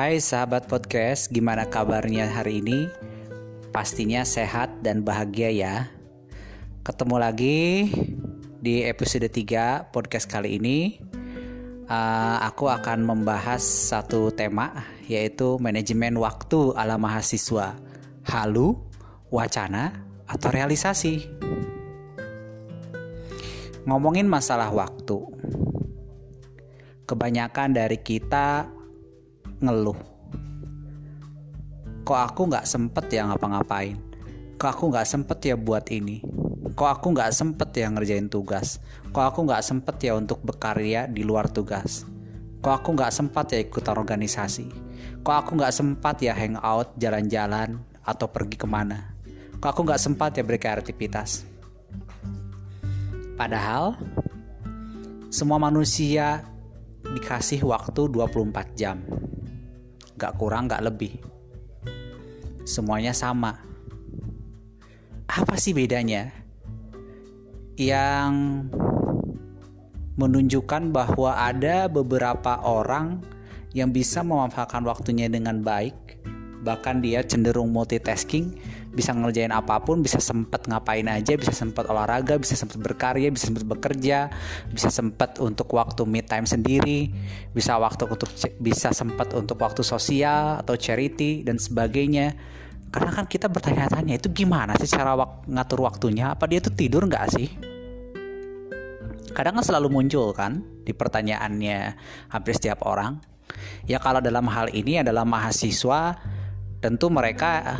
Hai sahabat podcast, gimana kabarnya hari ini? Pastinya sehat dan bahagia ya. Ketemu lagi di episode 3 podcast kali ini. Aku akan membahas satu tema, yaitu manajemen waktu ala mahasiswa. Halu, wacana, atau realisasi. Ngomongin masalah waktu, kebanyakan dari kita ngeluh. Kok aku gak sempet ya ngapa-ngapain? Kok aku gak sempet ya buat ini? Kok aku gak sempet ya ngerjain tugas? Kok aku gak sempet ya untuk berkarya di luar tugas? Kok aku gak sempat ya ikut organisasi? Kok aku gak sempat ya hangout, jalan-jalan, atau pergi kemana? Kok aku gak sempat ya berkreativitas? Padahal semua manusia dikasih waktu 24 jam. Gak kurang, gak lebih. Semuanya sama. Apa sih bedanya? Yang menunjukkan bahwa ada beberapa orang yang bisa memanfaatkan waktunya dengan baik. Bahkan dia cenderung multitasking, bisa ngerjain apapun, bisa sempat ngapain aja, bisa sempat olahraga, bisa sempat berkarya, bisa sempat bekerja, bisa sempat untuk waktu me time sendiri, bisa sempat untuk waktu sosial atau charity dan sebagainya. Karena kan kita bertanya-tanya, itu gimana sih cara ngatur waktunya? Apa dia tuh tidur nggak sih? Kadang kan selalu muncul kan di pertanyaannya hampir setiap orang. Ya kalau dalam hal ini adalah mahasiswa, tentu mereka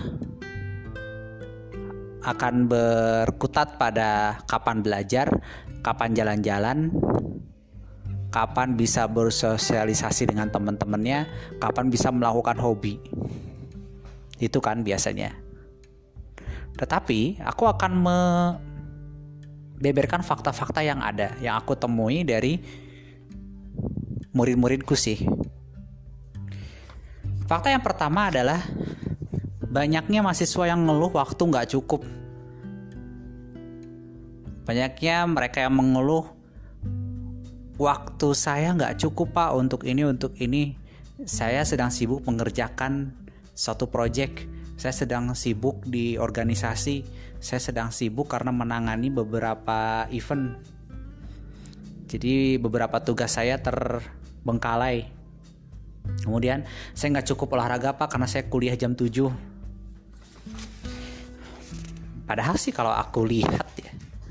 akan berkutat pada kapan belajar, kapan jalan-jalan, kapan bisa bersosialisasi dengan teman-temannya, kapan bisa melakukan hobi. Itu kan biasanya. Tetapi aku akan membeberkan fakta-fakta yang ada, yang aku temui dari murid-muridku sih. Fakta yang pertama adalah banyaknya mahasiswa yang ngeluh waktu gak cukup. Banyaknya mereka yang mengeluh, waktu saya gak cukup pak untuk ini. Saya sedang sibuk mengerjakan suatu project. Saya sedang sibuk di organisasi. Saya sedang sibuk karena menangani beberapa event. Jadi beberapa tugas saya terbengkalai. Kemudian saya gak cukup olahraga pak karena saya kuliah jam 7. Padahal sih kalau aku lihat ya,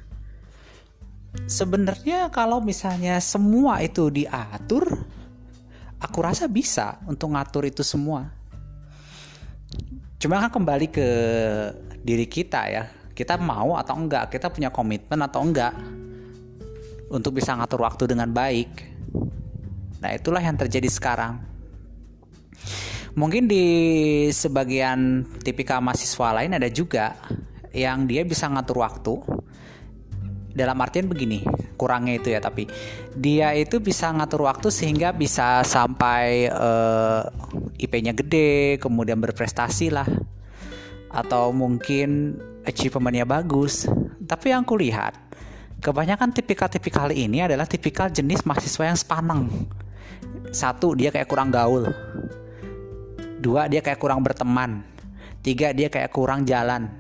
sebenarnya kalau misalnya semua itu diatur, aku rasa bisa untuk ngatur itu semua. Cuma kan kembali ke diri kita ya, kita mau atau enggak, kita punya komitmen atau enggak untuk bisa ngatur waktu dengan baik. Nah itulah yang terjadi sekarang. Mungkin di sebagian tipikal mahasiswa lain ada juga yang dia bisa ngatur waktu. Dalam artian begini, kurangnya itu ya, tapi dia itu bisa ngatur waktu sehingga bisa sampai IP-nya gede, kemudian berprestasi lah, atau mungkin achievement-nya bagus. Tapi yang kulihat, kebanyakan tipikal ini adalah tipikal jenis mahasiswa yang sepaneng. 1, dia kayak kurang gaul. 2, dia kayak kurang berteman. 3, dia kayak kurang jalan.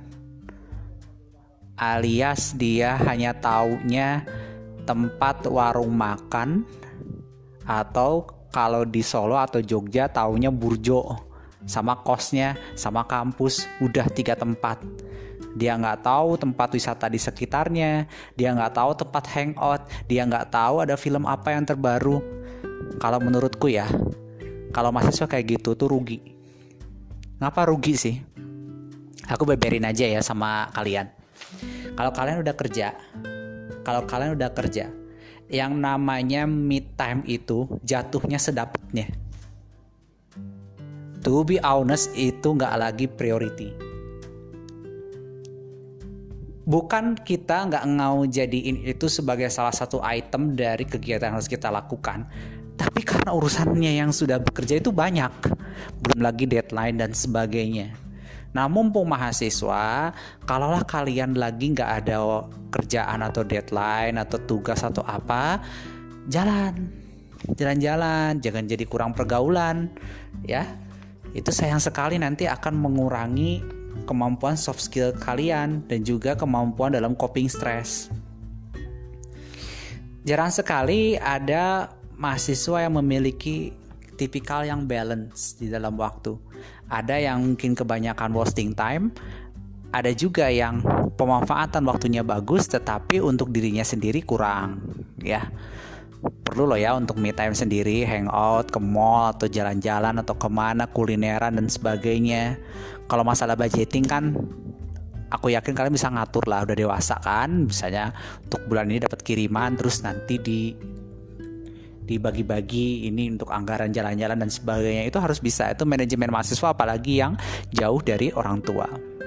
Alias dia hanya taunya tempat warung makan, atau kalau di Solo atau Jogja taunya burjo, sama kosnya, sama kampus, udah 3 tempat. Dia nggak tahu tempat wisata di sekitarnya, dia nggak tahu tempat hangout, dia nggak tahu ada film apa yang terbaru. Kalau menurutku ya, kalau mahasiswa kayak gitu tuh rugi. Ngapa rugi sih? Aku beberin aja ya sama kalian. Kalau kalian udah kerja, yang namanya mid time itu jatuhnya sedapatnya. To be honest, itu gak lagi priority. Bukan kita gak mau jadiin itu sebagai salah satu item dari kegiatan yang harus kita lakukan, tapi karena urusannya yang sudah bekerja itu banyak, belum lagi deadline dan sebagainya. Nah mumpung mahasiswa, kalaulah kalian lagi gak ada kerjaan atau deadline atau tugas atau apa, jalan, jalan-jalan, jangan jadi kurang pergaulan, ya. Itu sayang sekali nanti akan mengurangi kemampuan soft skill kalian dan juga kemampuan dalam coping stres. Jarang sekali ada mahasiswa yang memiliki tipikal yang balance di dalam waktu. Ada yang mungkin kebanyakan wasting time, ada juga yang pemanfaatan waktunya bagus tetapi untuk dirinya sendiri kurang, ya. Perlu loh ya untuk me time sendiri, hangout ke mall atau jalan-jalan atau kemana, kulineran dan sebagainya. Kalau masalah budgeting kan aku yakin kalian bisa ngatur lah, udah dewasa kan. Misalnya untuk bulan ini dapat kiriman, terus nanti dibagi-bagi ini untuk anggaran jalan-jalan dan sebagainya. Itu harus bisa, itu manajemen mahasiswa apalagi yang jauh dari orang tua.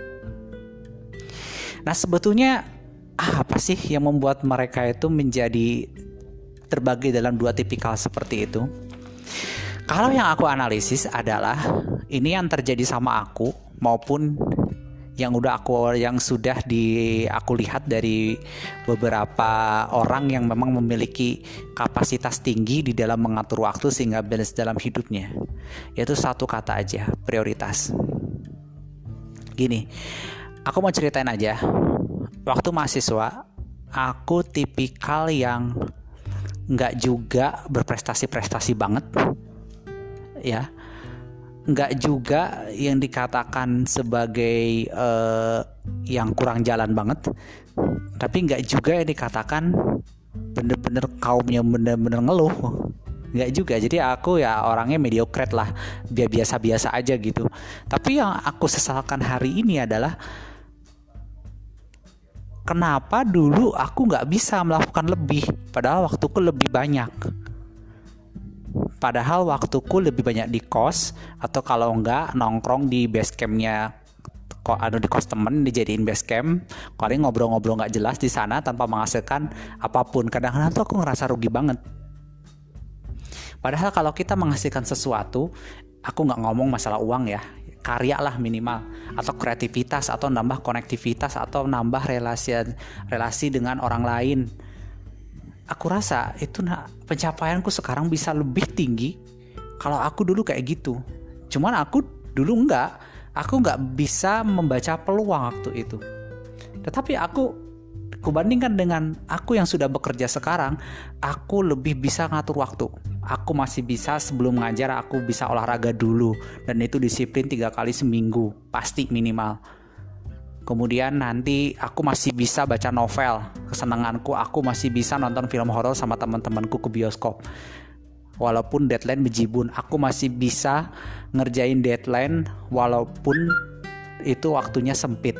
Nah sebetulnya apa sih yang membuat mereka itu menjadi terbagi dalam dua tipikal seperti itu? Kalau yang aku analisis adalah ini yang terjadi sama aku maupun yang sudah aku lihat dari beberapa orang yang memang memiliki kapasitas tinggi di dalam mengatur waktu sehingga balance dalam hidupnya. Yaitu satu kata aja, prioritas. Gini, aku mau ceritain aja. Waktu mahasiswa, aku tipikal yang nggak juga berprestasi-prestasi banget, ya. Nggak juga yang dikatakan sebagai yang kurang jalan banget, tapi nggak juga yang dikatakan bener-bener kaumnya bener-bener ngeluh, nggak juga. Jadi aku ya orangnya mediocre lah, biasa-biasa aja gitu. Tapi yang aku sesalkan hari ini adalah kenapa dulu aku nggak bisa melakukan lebih, padahal waktuku lebih banyak. Padahal waktuku lebih banyak di kos, atau kalau enggak nongkrong di base campnya, di kos temen dijadiin base camp, kali ngobrol-ngobrol nggak jelas di sana tanpa menghasilkan apapun. Kadang-kadang tuh aku ngerasa rugi banget. Padahal kalau kita menghasilkan sesuatu, aku nggak ngomong masalah uang ya, karya lah minimal, atau kreativitas, atau nambah konektivitas, atau nambah relasi dengan orang lain. Aku rasa itu pencapaianku sekarang bisa lebih tinggi kalau aku dulu kayak gitu. Cuman aku dulu aku nggak bisa membaca peluang waktu itu. Tetapi aku bandingkan dengan aku yang sudah bekerja sekarang, aku lebih bisa ngatur waktu. Aku masih bisa sebelum ngajar aku bisa olahraga dulu, dan itu disiplin 3 kali seminggu pasti minimal. Kemudian nanti aku masih bisa baca novel kesenanganku, aku masih bisa nonton film horor sama teman-temanku ke bioskop. Walaupun deadline bejibun, aku masih bisa ngerjain deadline walaupun itu waktunya sempit.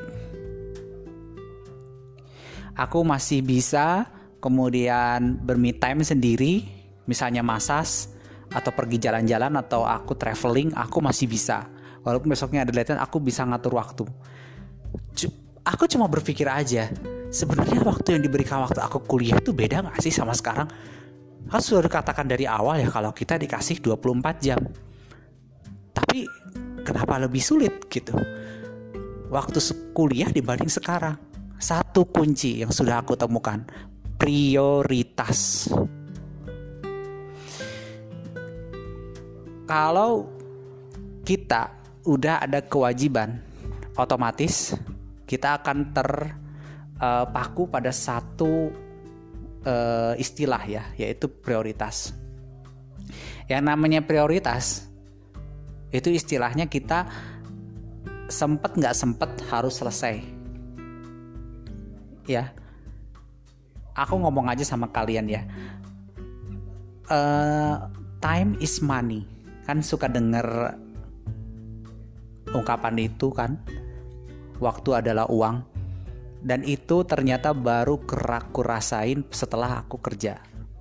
Aku masih bisa kemudian berme time sendiri, misalnya massage atau pergi jalan-jalan atau aku traveling, aku masih bisa. Walaupun besoknya ada deadline, aku bisa ngatur waktu. Aku cuma berpikir aja, sebenarnya waktu yang diberikan waktu aku kuliah itu beda gak sih sama sekarang? Kan sudah dikatakan dari awal ya kalau kita dikasih 24 jam. Tapi kenapa lebih sulit gitu waktu kuliah dibanding sekarang? Satu kunci yang sudah aku temukan, prioritas. Kalau kita udah ada kewajiban, otomatis kita akan terpaku pada satu istilah ya, yaitu prioritas. Yang namanya prioritas itu istilahnya kita sempet nggak sempet harus selesai. Ya, aku ngomong aja sama kalian ya. Time is money, kan suka denger ungkapan itu kan, waktu adalah uang, dan itu ternyata baru aku rasain setelah aku kerja.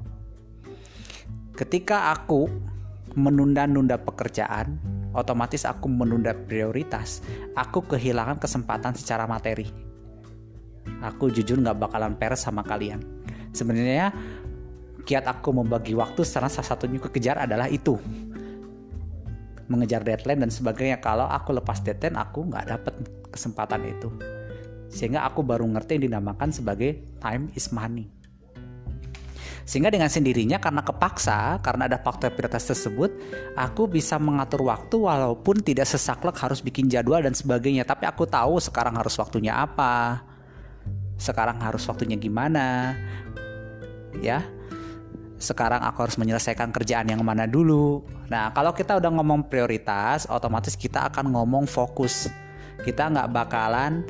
Ketika aku menunda-nunda pekerjaan, otomatis aku menunda prioritas, aku kehilangan kesempatan secara materi. Aku jujur gak bakalan peres sama kalian. Sebenarnya kiat aku membagi waktu salah satunya kekejar adalah itu, mengejar deadline dan sebagainya. Kalau aku lepas deadline, aku nggak dapet kesempatan itu, sehingga aku baru ngerti yang dinamakan sebagai time is money. Sehingga dengan sendirinya karena kepaksa, karena ada faktor prioritas tersebut, aku bisa mengatur waktu walaupun tidak sesaklek harus bikin jadwal dan sebagainya. Tapi aku tahu sekarang harus waktunya apa, sekarang harus waktunya gimana, ya. Sekarang aku harus menyelesaikan kerjaan yang mana dulu. Nah, kalau kita udah ngomong prioritas, otomatis kita akan ngomong fokus. Kita nggak bakalan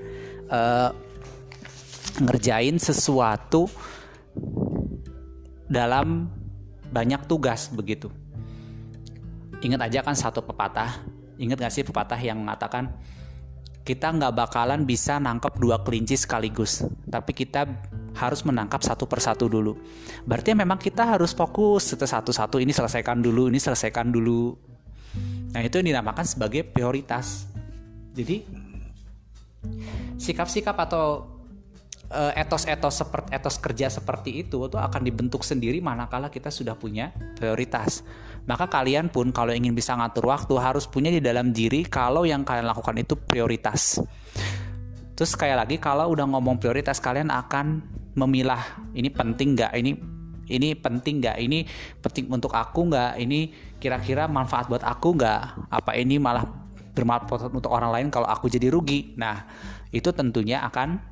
ngerjain sesuatu dalam banyak tugas begitu. Ingat aja kan satu pepatah. Ingat gak sih pepatah yang mengatakan kita nggak bakalan bisa nangkep 2 kelinci sekaligus, tapi kita harus menangkap satu persatu dulu. Berarti memang kita harus fokus satu-satu, ini selesaikan dulu, ini selesaikan dulu. Nah, itu yang dinamakan sebagai prioritas. Jadi sikap-sikap atau etos kerja seperti itu akan dibentuk sendiri manakala kita sudah punya prioritas. Maka kalian pun kalau ingin bisa ngatur waktu harus punya di dalam diri kalau yang kalian lakukan itu prioritas. Terus sekali lagi, kalau udah ngomong prioritas, kalian akan memilah ini penting nggak, ini penting nggak, ini penting untuk aku nggak, ini kira-kira manfaat buat aku nggak, apa ini malah bermanfaat untuk orang lain kalau aku jadi rugi. Nah, itu tentunya akan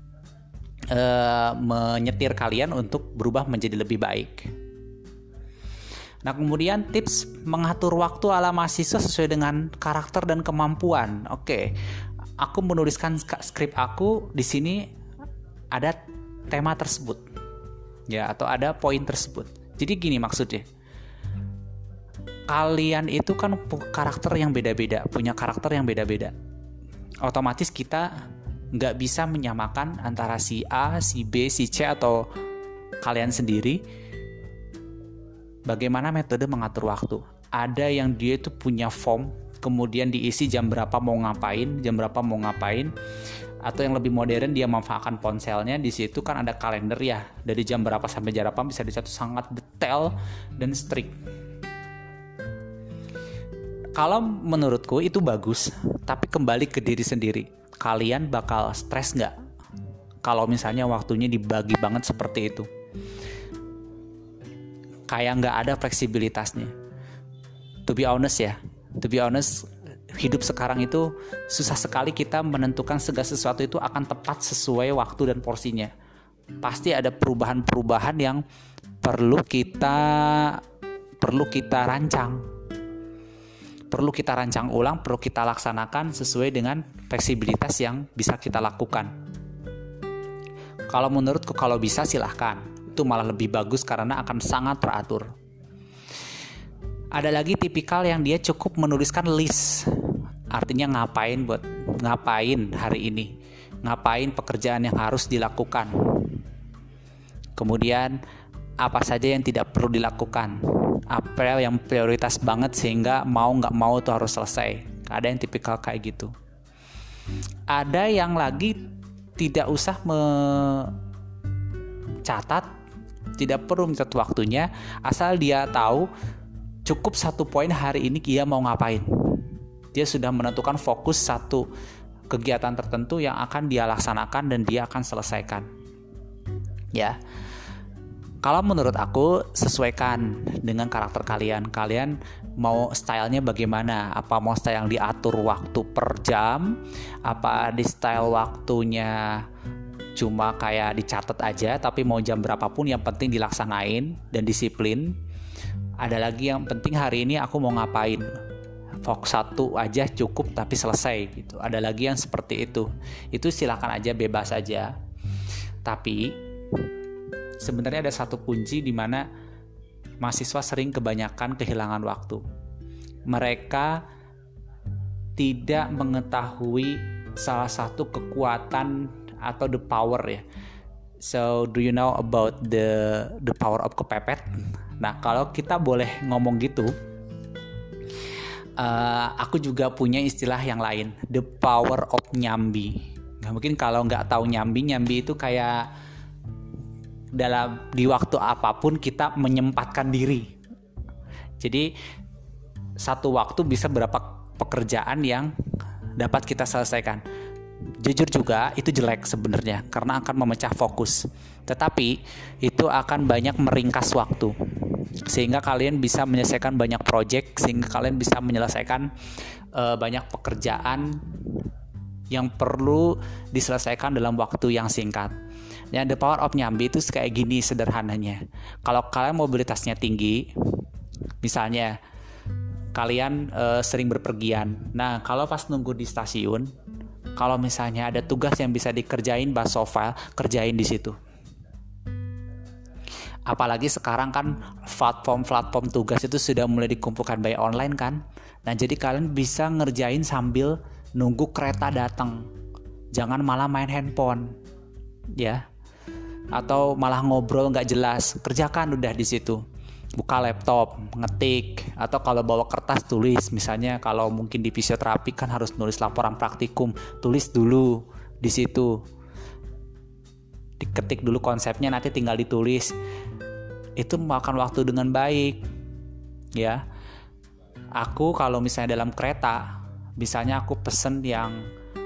menyetir kalian untuk berubah menjadi lebih baik. Nah, kemudian tips mengatur waktu ala mahasiswa sesuai dengan karakter dan kemampuan. Oke, aku menuliskan skrip aku di sini ada tema tersebut, ya, atau ada poin tersebut. Jadi gini maksudnya, kalian itu kan karakter yang beda-beda, punya karakter yang beda-beda. Otomatis kita nggak bisa menyamakan antara si A, si B, si C atau kalian sendiri. Bagaimana metode mengatur waktu? Ada yang dia itu punya form, kemudian diisi jam berapa mau ngapain, atau yang lebih modern dia memanfaatkan ponselnya. Di situ kan ada kalender ya, dari jam berapa sampai jam berapa bisa dicatat sangat detail dan strict. Kalau menurutku itu bagus, tapi kembali ke diri sendiri. Kalian bakal stres nggak kalau misalnya waktunya dibagi banget seperti itu? Kayak nggak ada fleksibilitasnya. To be honest, hidup sekarang itu susah sekali kita menentukan segala sesuatu itu akan tepat sesuai waktu dan porsinya. Pasti ada perubahan-perubahan yang perlu kita rancang. Perlu kita rancang ulang, perlu kita laksanakan sesuai dengan fleksibilitas yang bisa kita lakukan. Kalau menurutku kalau bisa silahkan, itu malah lebih bagus karena akan sangat teratur. Ada lagi tipikal yang dia cukup menuliskan list, artinya ngapain hari ini, ngapain pekerjaan yang harus dilakukan, kemudian apa saja yang tidak perlu dilakukan, apa yang prioritas banget sehingga mau nggak mau tuh harus selesai. Ada yang tipikal kayak gitu. Ada yang lagi tidak usah mencatat, tidak perlu mencatat waktunya, asal dia tahu cukup 1 poin hari ini dia mau ngapain. Dia sudah menentukan fokus satu kegiatan tertentu yang akan dia laksanakan dan dia akan selesaikan. Ya. Kalau menurut aku, sesuaikan dengan karakter kalian. Kalian mau stylenya bagaimana? Apa mau style yang diatur waktu per jam? Apa di style waktunya cuma kayak dicatat aja, tapi mau jam berapapun yang penting dilaksanain dan disiplin? Ada lagi yang penting hari ini aku mau ngapain? Fokus 1 aja cukup tapi selesai gitu. Ada lagi yang seperti itu. Itu silakan aja, bebas aja. Tapi sebenarnya ada satu kunci di mana mahasiswa sering kebanyakan kehilangan waktu. Mereka tidak mengetahui salah satu kekuatan atau the power ya. So do you know about the power of kepepet? Nah, kalau kita boleh ngomong gitu, aku juga punya istilah yang lain, the power of nyambi. Nah, mungkin kalau nggak tahu nyambi itu kayak di waktu apapun kita menyempatkan diri. Jadi satu waktu bisa berapa pekerjaan yang dapat kita selesaikan. Jujur juga itu jelek sebenarnya karena akan memecah fokus. Tetapi itu akan banyak meringkas waktu. Sehingga kalian bisa menyelesaikan banyak project, sehingga kalian bisa menyelesaikan banyak pekerjaan yang perlu diselesaikan dalam waktu yang singkat. Yang the power of nyambi itu kayak gini sederhananya. Kalau kalian mobilitasnya tinggi, misalnya kalian sering berpergian. Nah, kalau pas nunggu di stasiun, kalau misalnya ada tugas yang bisa dikerjain file, kerjain di situ. Apalagi sekarang kan platform tugas itu sudah mulai dikumpulkan by online kan. Nah, jadi kalian bisa ngerjain sambil nunggu kereta datang. Jangan malah main handphone, ya. Atau malah ngobrol nggak jelas. Kerjakan udah di situ. Buka laptop, ngetik, atau kalau bawa kertas tulis. Misalnya kalau mungkin di fisioterapi kan harus nulis laporan praktikum, tulis dulu di situ. Diketik dulu konsepnya, nanti tinggal ditulis. Itu memakan waktu dengan baik, ya. Aku kalau misalnya dalam kereta, misalnya aku pesen yang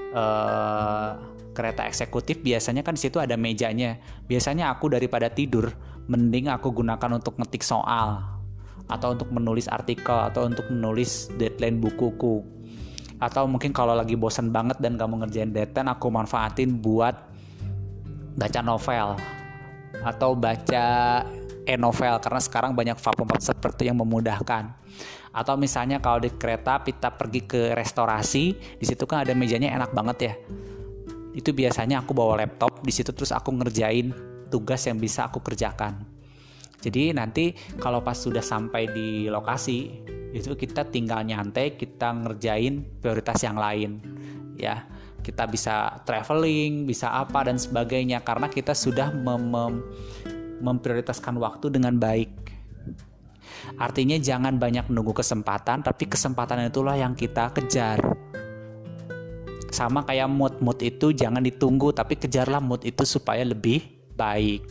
kereta eksekutif, biasanya kan di situ ada mejanya. Biasanya aku daripada tidur, mending aku gunakan untuk ngetik soal, atau untuk menulis artikel, atau untuk menulis deadline bukuku. Atau mungkin kalau lagi bosan banget dan gak mau ngerjain deadline, aku manfaatin buat baca novel atau baca e-novel, karena sekarang banyak platform seperti yang memudahkan. Atau misalnya kalau di kereta kita pergi ke restorasi, di situ kan ada mejanya enak banget ya. Itu biasanya aku bawa laptop di situ, terus aku ngerjain tugas yang bisa aku kerjakan. Jadi nanti kalau pas sudah sampai di lokasi, itu kita tinggal nyantai, kita ngerjain prioritas yang lain, ya. Kita bisa traveling, bisa apa dan sebagainya, karena kita sudah memprioritaskan waktu dengan baik. Artinya jangan banyak menunggu kesempatan, tapi kesempatan itulah yang kita kejar. Sama kayak mood itu jangan ditunggu, tapi kejarlah mood itu supaya lebih baik.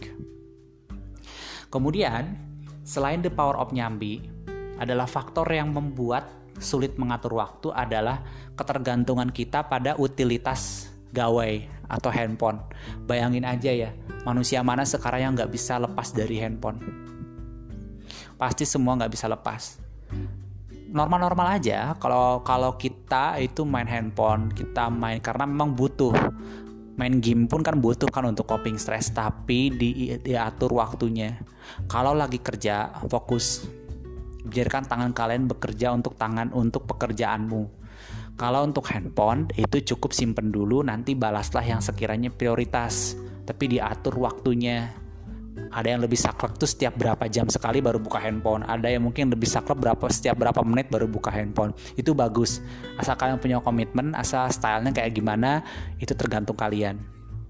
Kemudian, selain the power of nyambi, adalah faktor yang membuat sulit mengatur waktu adalah ketergantungan kita pada utilitas gawai atau handphone. Bayangin aja ya, manusia mana sekarang yang nggak bisa lepas dari handphone? Pasti semua nggak bisa lepas. Normal-normal aja kalau kita itu main handphone, kita main karena memang butuh. Main game pun kan butuh kan untuk coping stress, tapi diatur waktunya. Kalau lagi kerja, fokus. Biarkan tangan kalian bekerja untuk pekerjaanmu. Kalau untuk handphone itu cukup simpen dulu, nanti balaslah yang sekiranya prioritas. Tapi diatur waktunya. Ada yang lebih saklek tuh setiap berapa jam sekali baru buka handphone. Ada yang mungkin lebih saklek setiap berapa menit baru buka handphone. Itu bagus. Asal kalian punya komitmen, asal stylenya kayak gimana, itu tergantung kalian.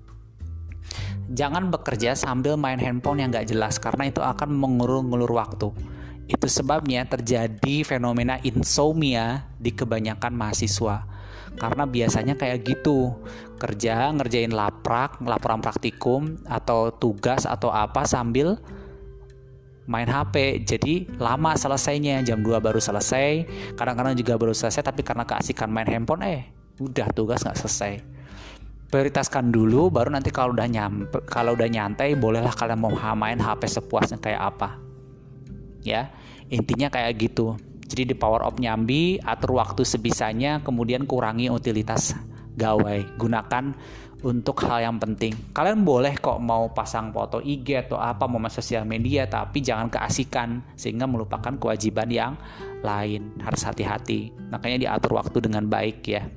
Jangan bekerja sambil main handphone yang gak jelas, karena itu akan mengulur waktu. Itu sebabnya terjadi fenomena insomnia di kebanyakan mahasiswa. Karena biasanya kayak gitu, ngerjain laporan praktikum atau tugas atau apa sambil main HP. Jadi lama selesainya, jam 2 baru selesai, kadang-kadang juga baru selesai, tapi karena keasikan main handphone udah tugas gak selesai. Prioritaskan dulu, baru nanti kalau udah nyantai, bolehlah kalian mau main HP sepuasnya kayak apa. Ya, intinya kayak gitu. Jadi the power of nyambi, atur waktu sebisanya, kemudian kurangi utilitas gawai. Gunakan untuk hal yang penting. Kalian boleh kok mau pasang foto IG atau apa, mau masuk sosial media, tapi jangan keasikan sehingga melupakan kewajiban yang lain. Harus hati-hati. Makanya diatur waktu dengan baik ya.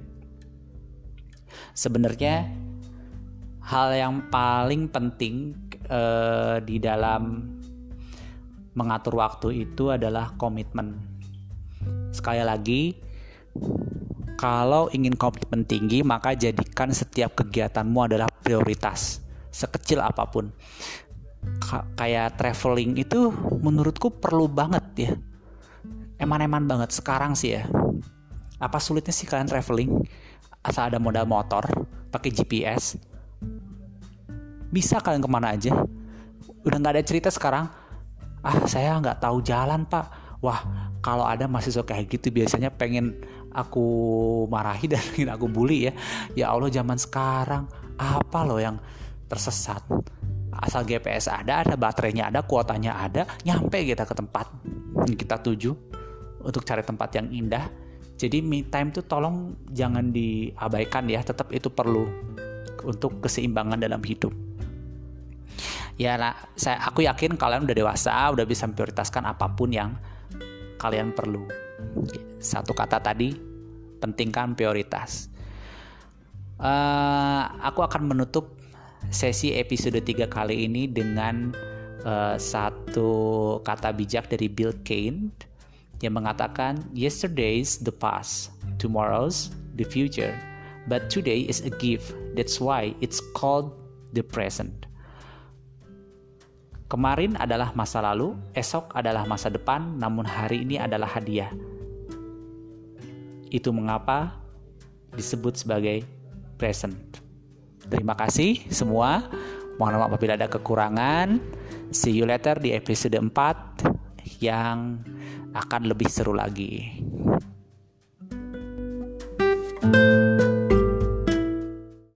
Sebenarnya hal yang paling penting di dalam mengatur waktu itu adalah komitmen. Sekali lagi, kalau ingin komitmen tinggi, maka jadikan setiap kegiatanmu adalah prioritas, sekecil apapun. Kayak traveling itu menurutku perlu banget ya. Eman-eman banget sekarang sih ya. Apa sulitnya sih kalian traveling? Asal ada modal motor, pakai GPS, bisa kalian kemana aja. Udah gak ada cerita sekarang, saya gak tahu jalan pak. Wah, kalau ada mahasiswa kayak gitu biasanya pengen aku marahi dan ingin aku bully ya. Ya Allah, zaman sekarang apa loh yang tersesat? Asal GPS ada baterainya ada, kuotanya ada, nyampe kita ke tempat yang kita tuju untuk cari tempat yang indah. Jadi me time tuh tolong jangan diabaikan ya, tetap itu perlu untuk keseimbangan dalam hidup. Ya, aku yakin kalian udah dewasa, udah bisa memprioritaskan apapun yang kalian perlu. Satu kata tadi, pentingkan prioritas. Aku akan menutup sesi episode 3 kali ini dengan satu kata bijak dari Bill Gates yang mengatakan, yesterday's the past, tomorrow's the future, but today is a gift, that's why it's called the present. Kemarin adalah masa lalu, esok adalah masa depan, namun hari ini adalah hadiah. Itu mengapa disebut sebagai present. Terima kasih semua. Mohon maaf apabila ada kekurangan. See you later di episode 4 yang akan lebih seru lagi.